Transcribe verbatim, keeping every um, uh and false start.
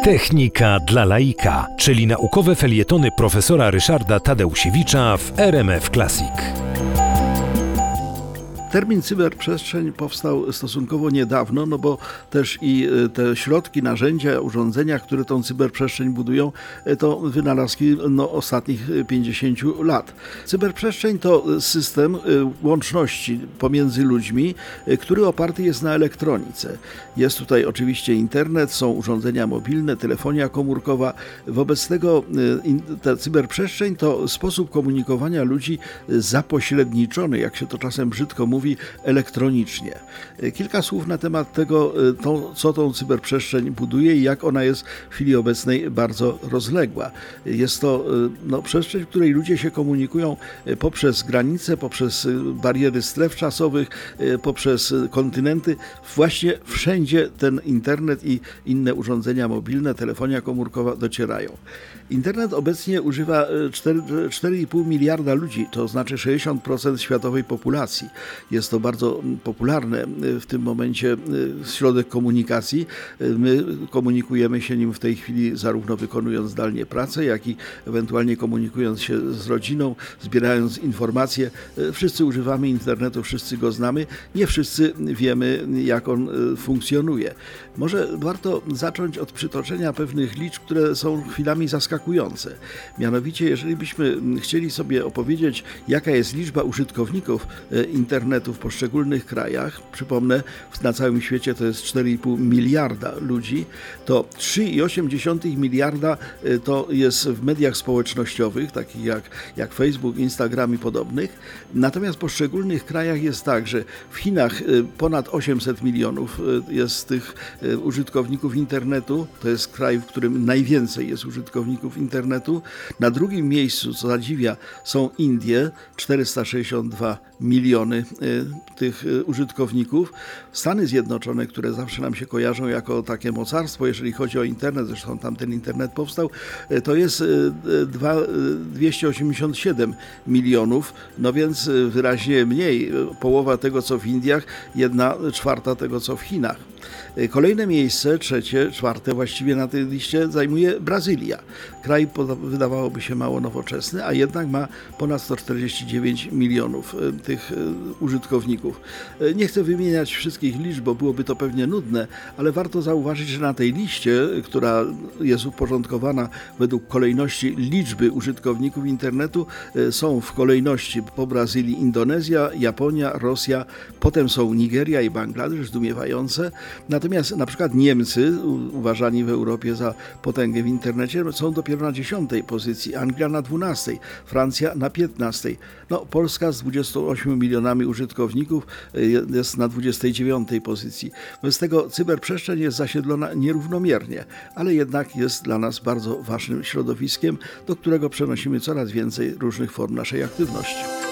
Technika dla laika, czyli naukowe felietony profesora Ryszarda Tadeusiewicza w R M F Classic. Termin cyberprzestrzeń powstał stosunkowo niedawno, no bo też i te środki, narzędzia, urządzenia, które tą cyberprzestrzeń budują, to wynalazki no, ostatnich pięćdziesięciu lat. Cyberprzestrzeń to system łączności pomiędzy ludźmi, który oparty jest na elektronice. Jest tutaj oczywiście internet, są urządzenia mobilne, telefonia komórkowa. Wobec tego ta cyberprzestrzeń to sposób komunikowania ludzi zapośredniczony, jak się to czasem brzydko mówi, elektronicznie. Kilka słów na temat tego, to, co tą cyberprzestrzeń buduje i jak ona jest w chwili obecnej bardzo rozległa. Jest to no, przestrzeń, w której ludzie się komunikują poprzez granice, poprzez bariery stref czasowych, poprzez kontynenty. Właśnie wszędzie ten internet i inne urządzenia mobilne, telefonia komórkowa docierają. Internet obecnie używa cztery i pół miliarda ludzi, to znaczy sześćdziesiąt procent światowej populacji. Jest to bardzo popularne w tym momencie środek komunikacji. My komunikujemy się nim w tej chwili zarówno wykonując zdalnie pracę, jak i ewentualnie komunikując się z rodziną, zbierając informacje. Wszyscy używamy internetu, wszyscy go znamy. Nie wszyscy wiemy, jak on funkcjonuje. Może warto zacząć od przytoczenia pewnych liczb, które są chwilami zaskakujące. Mianowicie, jeżeli byśmy chcieli sobie opowiedzieć, jaka jest liczba użytkowników internetu w poszczególnych krajach, przypomnę, na całym świecie to jest cztery i pół miliarda ludzi, to trzy i osiem dziesiątych miliarda to jest w mediach społecznościowych, takich jak, jak Facebook, Instagram i podobnych. Natomiast w poszczególnych krajach jest tak, że w Chinach ponad osiemset milionów jest tych użytkowników internetu. To jest kraj, w którym najwięcej jest użytkowników internetu. Na drugim miejscu, co zadziwia, są Indie, czterysta sześćdziesiąt dwa miliony tych użytkowników. Stany Zjednoczone, które zawsze nam się kojarzą jako takie mocarstwo, jeżeli chodzi o internet, zresztą tam ten internet powstał, to jest dwieście osiemdziesiąt siedem milionów, no więc wyraźnie mniej, połowa tego co w Indiach, jedna czwarta tego co w Chinach. Kolejne miejsce, trzecie, czwarte właściwie na tej liście zajmuje Brazylia. Kraj wydawałoby się mało nowoczesny, a jednak ma ponad sto czterdzieści dziewięć milionów tych użytkowników. Nie chcę wymieniać wszystkich liczb, bo byłoby to pewnie nudne, ale warto zauważyć, że na tej liście, która jest uporządkowana według kolejności liczby użytkowników internetu, są w kolejności po Brazylii Indonezja, Japonia, Rosja, potem są Nigeria i Bangladesz, zdumiewające. Natomiast na przykład Niemcy, uważani w Europie za potęgę w internecie, są dopiero na dziesiątej pozycji, Anglia na dwunastej, Francja na piętnastej. No, Polska z dwudziestoma ośmioma milionami użytkowników jest na dwudziestej dziewiątej pozycji. Wobec tego cyberprzestrzeń jest zasiedlona nierównomiernie, ale jednak jest dla nas bardzo ważnym środowiskiem, do którego przenosimy coraz więcej różnych form naszej aktywności.